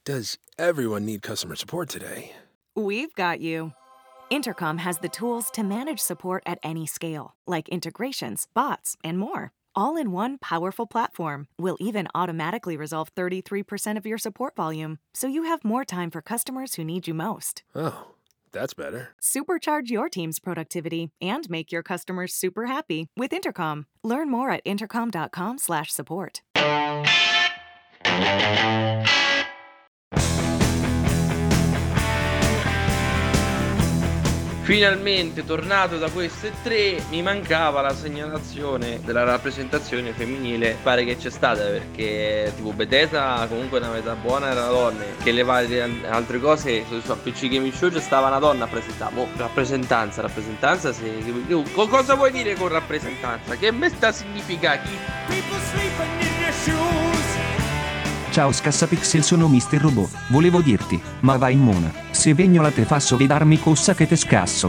Does everyone need customer support today? We've got you. Intercom has the tools to manage support at any scale, like integrations, bots, and more. All in one powerful platform. We'll even automatically resolve 33% of your support volume, so you have more time for customers who need you most. Oh, that's better. Supercharge your team's productivity and make your customers super happy with Intercom. Learn more at intercom.com/support. Finalmente tornato da queste tre, mi mancava la segnalazione della rappresentazione femminile. Pare che c'è stata, perché tipo Bethesda comunque una metà buona era la donna, che le varie altre cose su PC Gaming Show c'è stava una donna a presentare. Rappresentanza cosa vuoi dire con rappresentanza? Che me sta a significare? Ciao Scassapixel, sono Mr. Robot. Volevo dirti, ma vai in mona. Se vegno la te fasso vedarmi cossa che te scasso.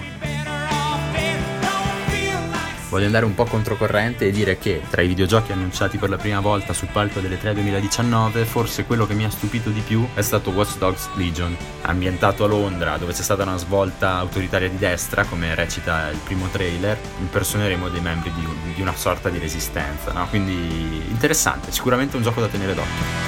Voglio andare un po' controcorrente e dire che tra i videogiochi annunciati per la prima volta sul palco delle 3 2019, forse quello che mi ha stupito di più è stato Watch Dogs Legion. Ambientato a Londra, dove c'è stata una svolta autoritaria di destra, come recita il primo trailer, impersoneremo dei membri di una sorta di resistenza, no? Quindi interessante, sicuramente un gioco da tenere d'occhio.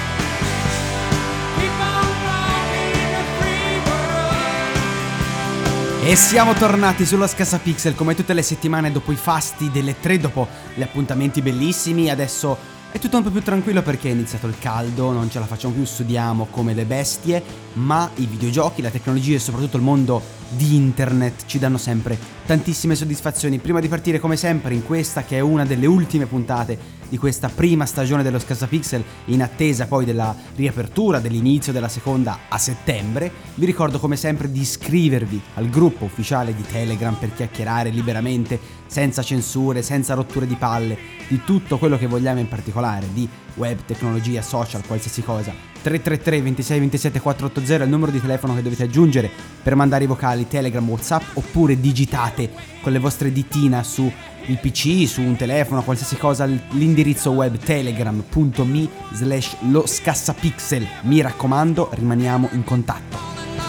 E siamo tornati sulla Scassapixel come tutte le settimane dopo i fasti delle 3, dopo gli appuntamenti bellissimi. Adesso è tutto un po' più tranquillo perché è iniziato il caldo, non ce la facciamo più, studiamo come le bestie, ma i videogiochi, la tecnologia e soprattutto il mondo di internet ci danno sempre tantissime soddisfazioni. Prima di partire, come sempre, in questa che è una delle ultime puntate di questa prima stagione dello Scassapixel, in attesa poi della riapertura, dell'inizio della seconda a settembre, vi ricordo come sempre di iscrivervi al gruppo ufficiale di Telegram per chiacchierare liberamente, senza censure, senza rotture di palle, di tutto quello che vogliamo, in particolare di web, tecnologia, social, qualsiasi cosa. 333 26 27 480 è il numero di telefono che dovete aggiungere per mandare i vocali, Telegram, WhatsApp, oppure digitate con le vostre ditine su il PC, su un telefono, qualsiasi cosa, l'indirizzo web telegram.me/lo Scassapixel. Mi raccomando, rimaniamo in contatto.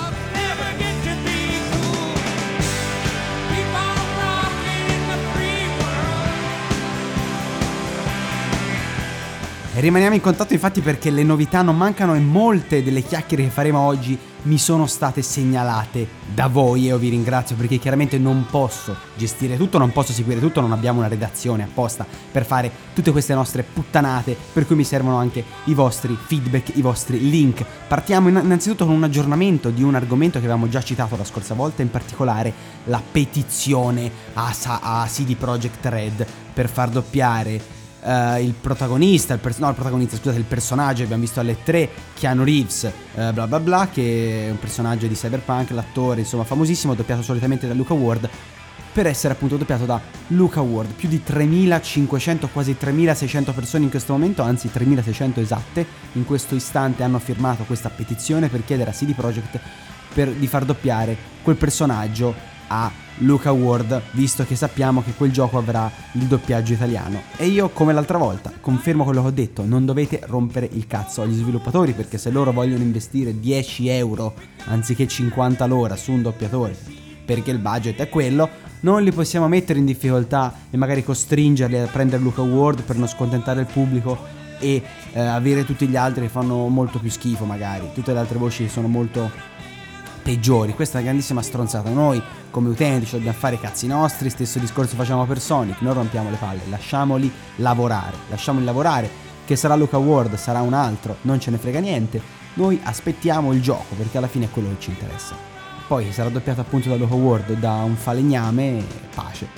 E rimaniamo in contatto infatti perché le novità non mancano e molte delle chiacchiere che faremo oggi mi sono state segnalate da voi e io vi ringrazio, perché chiaramente non posso gestire tutto, non posso seguire tutto, non abbiamo una redazione apposta per fare tutte queste nostre puttanate, per cui mi servono anche i vostri feedback, i vostri link. Partiamo innanzitutto con un aggiornamento di un argomento che avevamo già citato la scorsa volta, in particolare la petizione a CD Projekt Red per far doppiare il personaggio abbiamo visto alle 3, Keanu Reeves, bla bla bla, che è un personaggio di Cyberpunk, l'attore insomma famosissimo, doppiato solitamente da Luca Ward, per essere appunto doppiato da Luca Ward. Più di 3.500, quasi 3.600 persone in questo momento, anzi 3.600 esatte, in questo istante hanno firmato questa petizione per chiedere a CD Projekt di far doppiare quel personaggio a Luca Ward, visto che sappiamo che quel gioco avrà il doppiaggio italiano. E io, come l'altra volta, confermo quello che ho detto: non dovete rompere il cazzo agli sviluppatori, perché se loro vogliono investire 10 euro anziché 50 l'ora su un doppiatore, perché il budget è quello, non li possiamo mettere in difficoltà e magari costringerli a prendere Luca Ward per non scontentare il pubblico e avere tutti gli altri che fanno molto più schifo, magari tutte le altre voci sono molto peggiori. Questa è una grandissima stronzata. Noi come utenti ci dobbiamo fare i cazzi nostri, stesso discorso facciamo per Sonic, non rompiamo le palle, lasciamoli lavorare, che sarà Luca Ward, sarà un altro, non ce ne frega niente, noi aspettiamo il gioco perché alla fine è quello che ci interessa. Poi sarà doppiato appunto da Luca Ward, da un falegname, pace.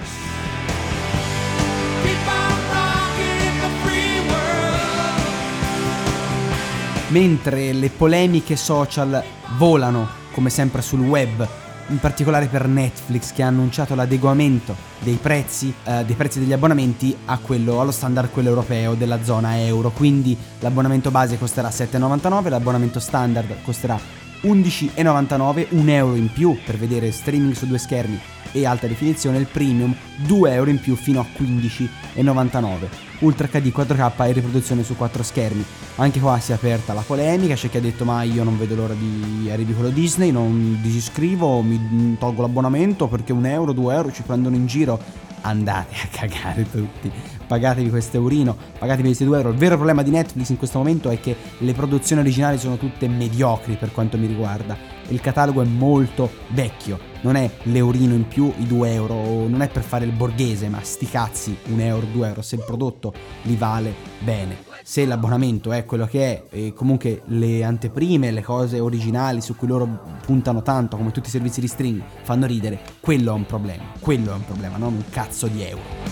Mentre le polemiche social volano come sempre sul web, in particolare per Netflix, che ha annunciato l'adeguamento dei prezzi degli abbonamenti allo standard, quello europeo della zona euro. Quindi l'abbonamento base costerà 7,99, l'abbonamento standard costerà 11,99, €1 in più per vedere streaming su 2 schermi e alta definizione, il premium €2 in più fino a 15,99. Ultra HD 4K e riproduzione su 4 schermi. Anche qua si è aperta la polemica, c'è chi ha detto ma io non vedo l'ora di arrivi quello Disney, non disiscrivo, mi tolgo l'abbonamento perché €1, €2 ci prendono in giro. Andate a cagare tutti, pagatevi questo eurino, pagatevi questi €2. Il vero problema di Netflix in questo momento è che le produzioni originali sono tutte mediocri per quanto mi riguarda. Il catalogo è molto vecchio, non è l'eurino in più, i €2, non è per fare il borghese, ma sti cazzi, €1, €2, se il prodotto li vale bene. Se l'abbonamento è quello che è e comunque le anteprime, le cose originali su cui loro puntano tanto, come tutti i servizi di streaming, fanno ridere, quello è un problema, non un cazzo di euro.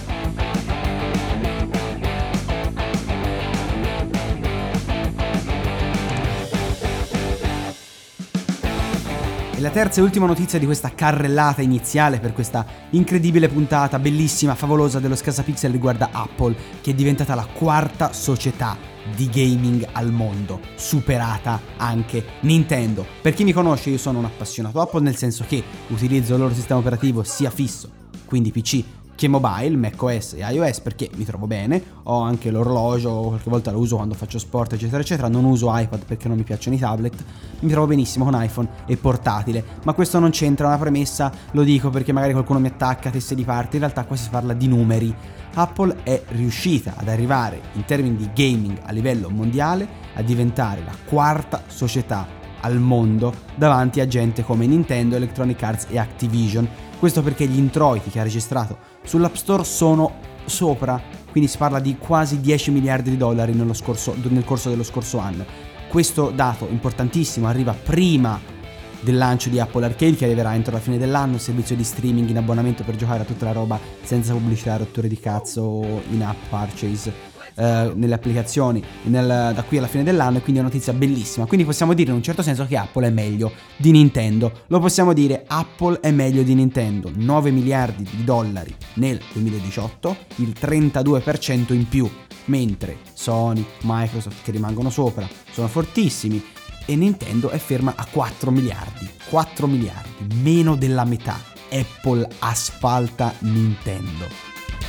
E la terza e ultima notizia di questa carrellata iniziale per questa incredibile puntata, bellissima, favolosa dello Scasapixel, riguarda Apple, che è diventata la quarta società di gaming al mondo, superata anche Nintendo. Per chi mi conosce, io sono un appassionato Apple, nel senso che utilizzo il loro sistema operativo sia fisso, quindi PC, che mobile, macOS e iOS, perché mi trovo bene. Ho anche l'orologio, qualche volta lo uso quando faccio sport eccetera eccetera. Non uso iPad perché non mi piacciono i tablet. Mi trovo benissimo con iPhone e portatile, ma questo non c'entra, una premessa, lo dico perché magari qualcuno mi attacca, teste di parte. In realtà qua si parla di numeri. Apple è riuscita ad arrivare in termini di gaming a livello mondiale a diventare la quarta società al mondo davanti a gente come Nintendo, Electronic Arts e Activision. Questo perché gli introiti che ha registrato sull'App Store sono sopra, quindi si parla di quasi $10 miliardi nel corso dello scorso anno. Questo dato importantissimo arriva prima del lancio di Apple Arcade, che arriverà entro la fine dell'anno, servizio di streaming in abbonamento per giocare a tutta la roba senza pubblicità, rotture di cazzo, in-app purchase nelle applicazioni da qui alla fine dell'anno, e quindi è una notizia bellissima. Quindi possiamo dire in un certo senso che Apple è meglio di Nintendo, lo possiamo dire, Apple è meglio di Nintendo, $9 miliardi nel 2018, il 32% in più, mentre Sony, Microsoft, che rimangono sopra, sono fortissimi, e Nintendo è ferma a 4 miliardi, meno della metà. Apple asfalta Nintendo.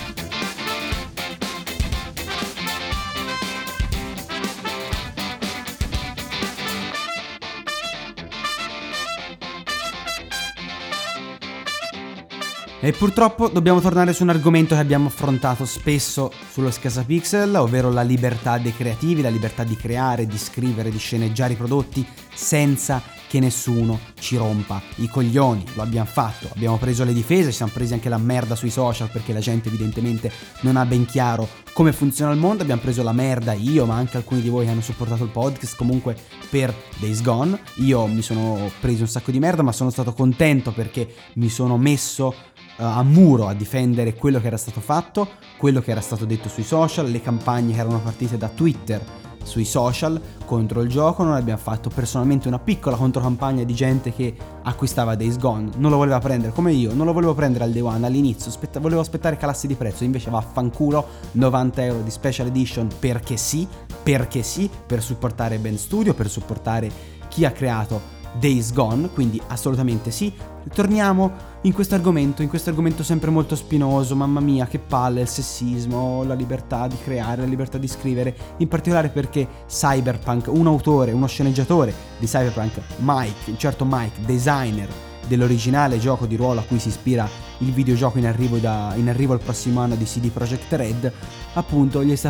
E purtroppo dobbiamo tornare su un argomento che abbiamo affrontato spesso sullo Scasapixel, ovvero la libertà dei creativi, la libertà di creare, di scrivere, di sceneggiare i prodotti senza che nessuno ci rompa i coglioni. Lo abbiamo fatto, abbiamo preso le difese, ci siamo presi anche la merda sui social perché la gente evidentemente non ha ben chiaro come funziona il mondo, abbiamo preso la merda io, ma anche alcuni di voi che hanno supportato il podcast comunque per Days Gone. Io mi sono preso un sacco di merda, ma sono stato contento perché mi sono messo a muro a difendere quello che era stato fatto, quello che era stato detto sui social, le campagne che erano partite da Twitter sui social contro il gioco. Noi abbiamo fatto personalmente una piccola controcampagna di gente che acquistava Days Gone, non lo voleva prendere come io, non lo volevo prendere al day one, all'inizio volevo aspettare che calassi di prezzo, invece vaffanculo, €90 di special edition perché sì, per supportare Ben Studio, per supportare chi ha creato Days Gone, quindi assolutamente sì. Torniamo in questo argomento sempre molto spinoso, mamma mia che palle, il sessismo, la libertà di creare, la libertà di scrivere, in particolare perché Cyberpunk, un autore, uno sceneggiatore di Cyberpunk, Mike, un certo Mike, designer dell'originale gioco di ruolo a cui si ispira il videogioco in arrivo il prossimo anno di CD Projekt Red, appunto è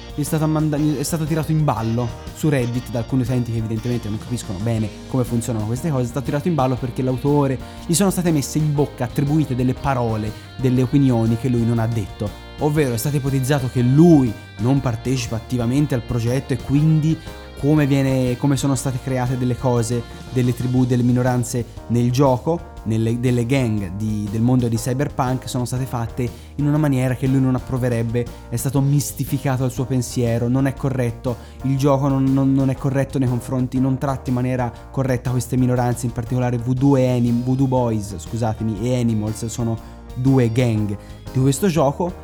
stato tirato in ballo su Reddit da alcuni utenti che evidentemente non capiscono bene come funzionano queste cose. È stato tirato in ballo perché l'autore gli sono state messe in bocca, attribuite delle parole, delle opinioni che lui non ha detto, ovvero è stato ipotizzato che lui non partecipa attivamente al progetto e quindi come sono state create delle cose, delle tribù, delle minoranze nel gioco, delle gang del mondo di Cyberpunk sono state fatte in una maniera che lui non approverebbe. È stato mistificato il suo pensiero, non è corretto, il gioco non è corretto nei confronti, non tratta in maniera corretta queste minoranze, in particolare Voodoo Boys, scusatemi, e Animals sono due gang di questo gioco.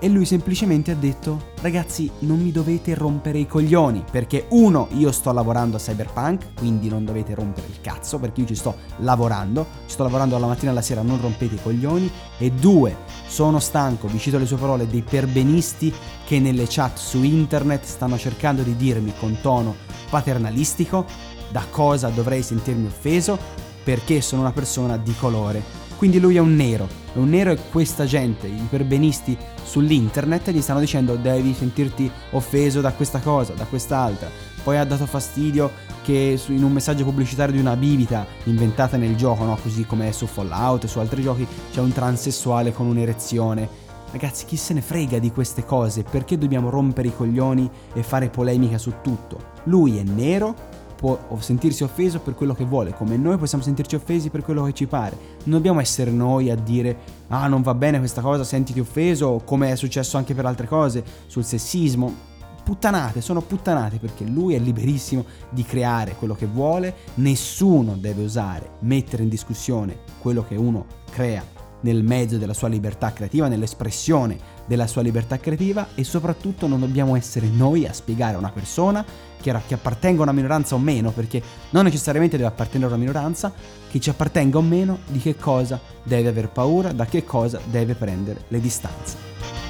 E lui semplicemente ha detto: ragazzi, non mi dovete rompere i coglioni, perché uno, io sto lavorando a Cyberpunk, quindi non dovete rompere il cazzo, perché io ci sto lavorando dalla mattina alla sera, non rompete i coglioni. E due, sono stanco, vi cito le sue parole, dei perbenisti che nelle chat su internet stanno cercando di dirmi con tono paternalistico da cosa dovrei sentirmi offeso, perché sono una persona di colore. Quindi lui è un nero e questa gente, i perbenisti sull'internet, gli stanno dicendo: devi sentirti offeso da questa cosa, da quest'altra. Poi ha dato fastidio che in un messaggio pubblicitario di una bibita inventata nel gioco, no? Così come su Fallout e su altri giochi, c'è un transessuale con un'erezione. Ragazzi, chi se ne frega di queste cose? Perché dobbiamo rompere i coglioni e fare polemica su tutto? Lui è nero, può sentirsi offeso per quello che vuole, come noi possiamo sentirci offesi per quello che ci pare. Non dobbiamo essere noi a dire: ah, non va bene questa cosa, sentiti offeso, come è successo anche per altre cose, sul sessismo. Puttanate, sono puttanate, perché lui è liberissimo di creare quello che vuole. Nessuno deve osare mettere in discussione quello che uno crea nel mezzo della sua libertà creativa, nell'espressione della sua libertà creativa. E soprattutto non dobbiamo essere noi a spiegare a una persona che appartenga a una minoranza o meno, perché non necessariamente deve appartenere a una minoranza, che ci appartenga o meno, di che cosa deve aver paura, da che cosa deve prendere le distanze.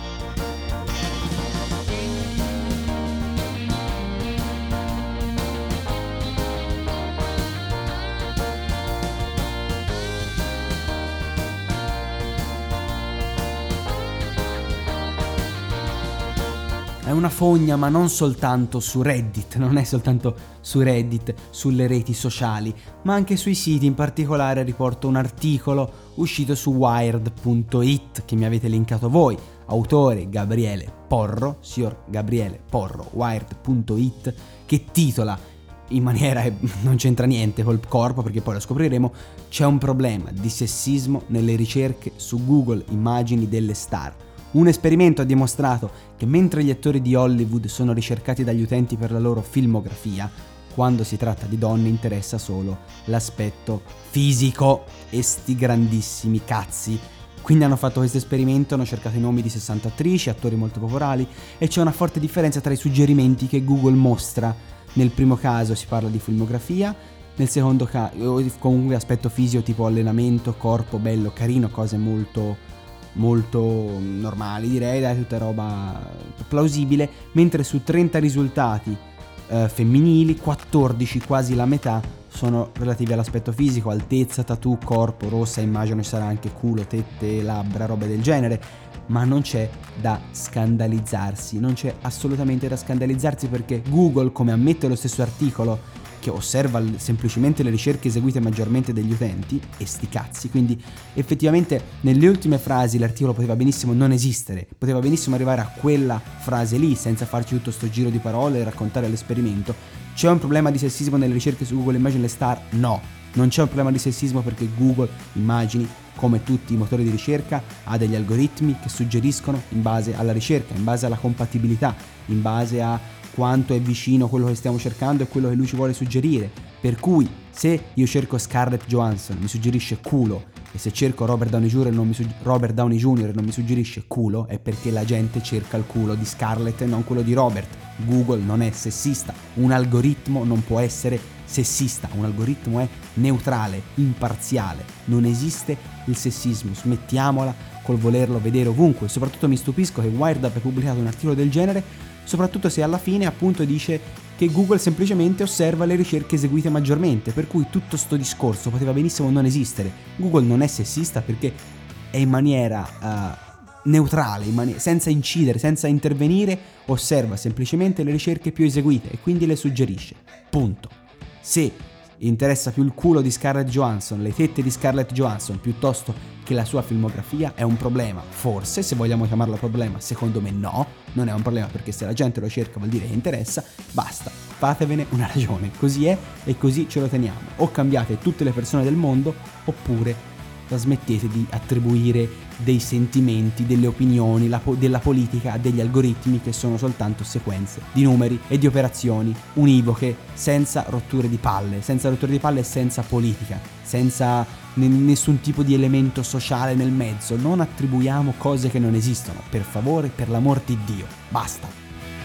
È una fogna, ma non soltanto su Reddit, non è soltanto su Reddit, sulle reti sociali, ma anche sui siti. In particolare riporto un articolo uscito su Wired.it che mi avete linkato voi, autore Gabriele Porro, signor Gabriele Porro, Wired.it, che titola in maniera, non c'entra niente col corpo perché poi lo scopriremo: c'è un problema di sessismo nelle ricerche su Google Immagini delle star. Un esperimento ha dimostrato che mentre gli attori di Hollywood sono ricercati dagli utenti per la loro filmografia, quando si tratta di donne interessa solo l'aspetto fisico. E sti grandissimi cazzi. Quindi hanno fatto questo esperimento, hanno cercato i nomi di 60 attrici, attori molto popolari, e c'è una forte differenza tra i suggerimenti che Google mostra. Nel primo caso si parla di filmografia, nel secondo caso comunque aspetto fisico tipo allenamento, corpo bello, carino, cose molto normali, direi, dai, tutta roba plausibile. Mentre su 30 risultati femminili, 14, quasi la metà, sono relativi all'aspetto fisico: altezza, tattoo, corpo, rossa, immagino ci sarà anche culo, tette, labbra, robe del genere. Ma non c'è da scandalizzarsi, non c'è assolutamente da scandalizzarsi, perché Google, come ammette lo stesso articolo, che osserva semplicemente le ricerche eseguite maggiormente dagli utenti, e sti cazzi. Quindi effettivamente nelle ultime frasi l'articolo poteva benissimo non esistere, poteva benissimo arrivare a quella frase lì senza farci tutto sto giro di parole e raccontare l'esperimento. C'è un problema di sessismo nelle ricerche su Google Immagini le star? No, non c'è un problema di sessismo, perché Google Immagini, come tutti i motori di ricerca, ha degli algoritmi che suggeriscono in base alla ricerca, in base alla compatibilità, in base a quanto è vicino quello che stiamo cercando e quello che lui ci vuole suggerire. Per cui se io cerco Scarlett Johansson mi suggerisce culo, e se cerco Robert Downey Jr. e non mi suggerisce culo, è perché la gente cerca il culo di Scarlett e non quello di Robert. Google non è sessista, un algoritmo non può essere sessista, un algoritmo è neutrale, imparziale, non esiste il sessismo. Smettiamola col volerlo vedere ovunque. Soprattutto mi stupisco che Wired abbia pubblicato un articolo del genere, soprattutto se alla fine appunto dice che Google semplicemente osserva le ricerche eseguite maggiormente, per cui tutto sto discorso poteva benissimo non esistere. Google non è sessista perché è in maniera neutrale, senza incidere, senza intervenire, osserva semplicemente le ricerche più eseguite e quindi le suggerisce. Punto. Se interessa più il culo di Scarlett Johansson, le tette di Scarlett Johansson, piuttosto che la sua filmografia, è un problema? Forse, se vogliamo chiamarlo problema. Secondo me no, non è un problema, perché se la gente lo cerca vuol dire che interessa. Basta, fatevene una ragione, così è e così ce lo teniamo. O cambiate tutte le persone del mondo, oppure la smettete di attribuire dei sentimenti, delle opinioni, della politica a degli algoritmi che sono soltanto sequenze di numeri e di operazioni univoche, senza rotture di palle e senza politica, senza nessun tipo di elemento sociale nel mezzo. Non attribuiamo cose che non esistono, per favore, per l'amor di Dio, basta.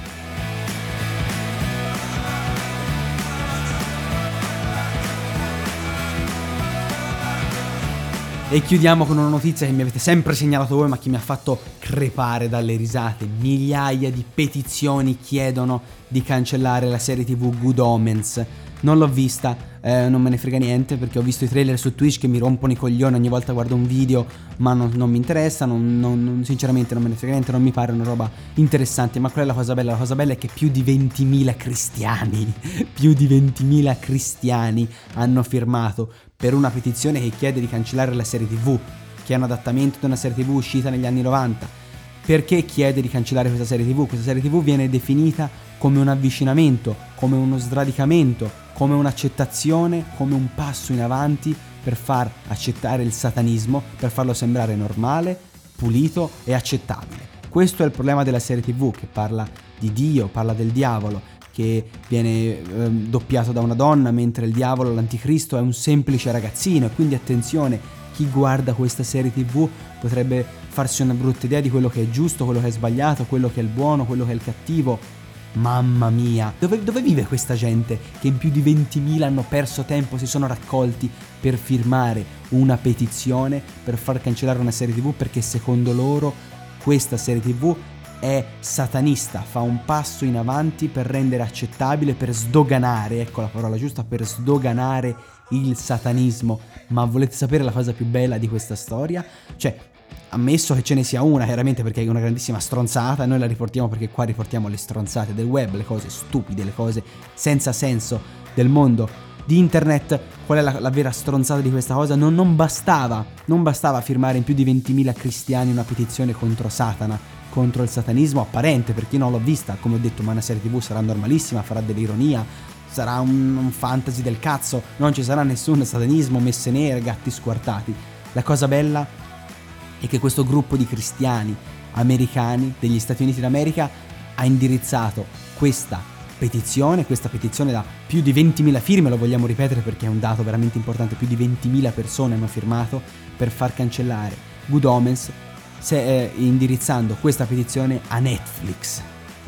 E chiudiamo con una notizia che mi avete sempre segnalato voi, ma che mi ha fatto crepare dalle risate. Migliaia di petizioni chiedono di cancellare la serie TV Good Omens. Non l'ho vista, non me ne frega niente, perché ho visto i trailer su Twitch che mi rompono i coglioni ogni volta guardo un video, ma non mi interessa, sinceramente non me ne frega niente, non mi pare una roba interessante. Ma qual è la cosa bella? La cosa bella è che più di 20.000 cristiani hanno firmato per una petizione che chiede di cancellare la serie TV, che è un adattamento di una serie TV uscita negli anni 90. Perché chiede di cancellare questa serie TV? Questa serie TV viene definita come un avvicinamento, come uno sradicamento, come un'accettazione, come un passo in avanti per far accettare il satanismo, per farlo sembrare normale, pulito e accettabile. Questo è il problema della serie TV, che parla di Dio, parla del diavolo, che viene doppiato da una donna, mentre il diavolo, l'anticristo, è un semplice ragazzino. E quindi attenzione, chi guarda questa serie TV potrebbe farsi una brutta idea di quello che è giusto, quello che è sbagliato, quello che è il buono, quello che è il cattivo. Mamma mia, dove vive questa gente che in più di 20.000 hanno perso tempo, si sono raccolti per firmare una petizione per far cancellare una serie TV perché secondo loro questa serie TV è satanista, fa un passo in avanti per rendere accettabile, per sdoganare, ecco la parola giusta, per sdoganare il satanismo. Ma volete sapere la cosa più bella di questa storia? Cioè, ammesso che ce ne sia una, chiaramente, perché è una grandissima stronzata, noi la riportiamo perché qua riportiamo le stronzate del web, le cose stupide, le cose senza senso del mondo di internet. Qual è la vera stronzata di questa cosa? Non bastava firmare in più di 20.000 cristiani una petizione contro Satana, contro il satanismo apparente, perché io non l'ho vista, come ho detto, ma una serie TV sarà normalissima, farà dell'ironia, sarà un fantasy del cazzo, non ci sarà nessun satanismo, messe nere, gatti squartati. La cosa bella è che questo gruppo di cristiani americani degli Stati Uniti d'America ha indirizzato questa petizione da più di 20.000 firme, lo vogliamo ripetere perché è un dato veramente importante, più di 20.000 persone hanno firmato per far cancellare Good Omens, indirizzando questa petizione a Netflix,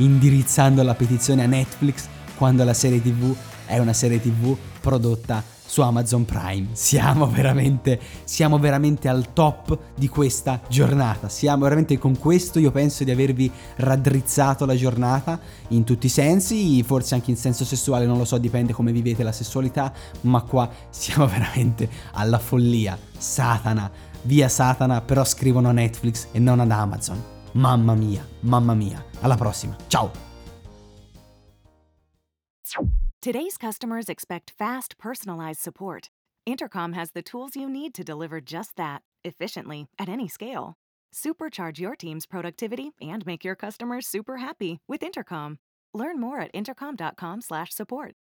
quando la serie TV è una serie TV prodotta su Amazon Prime. Siamo veramente al top di questa giornata. Siamo veramente, con questo io penso di avervi raddrizzato la giornata in tutti i sensi, forse anche in senso sessuale, non lo so, dipende come vivete la sessualità, ma qua siamo veramente alla follia. Satana, via Satana, però scrivono a Netflix e non ad Amazon. Mamma mia, alla prossima, ciao! Today's customers expect fast, personalized support. Intercom has the tools you need to deliver just that, efficiently, at any scale. Supercharge your team's productivity and make your customers super happy with Intercom. Learn more at intercom.com/support.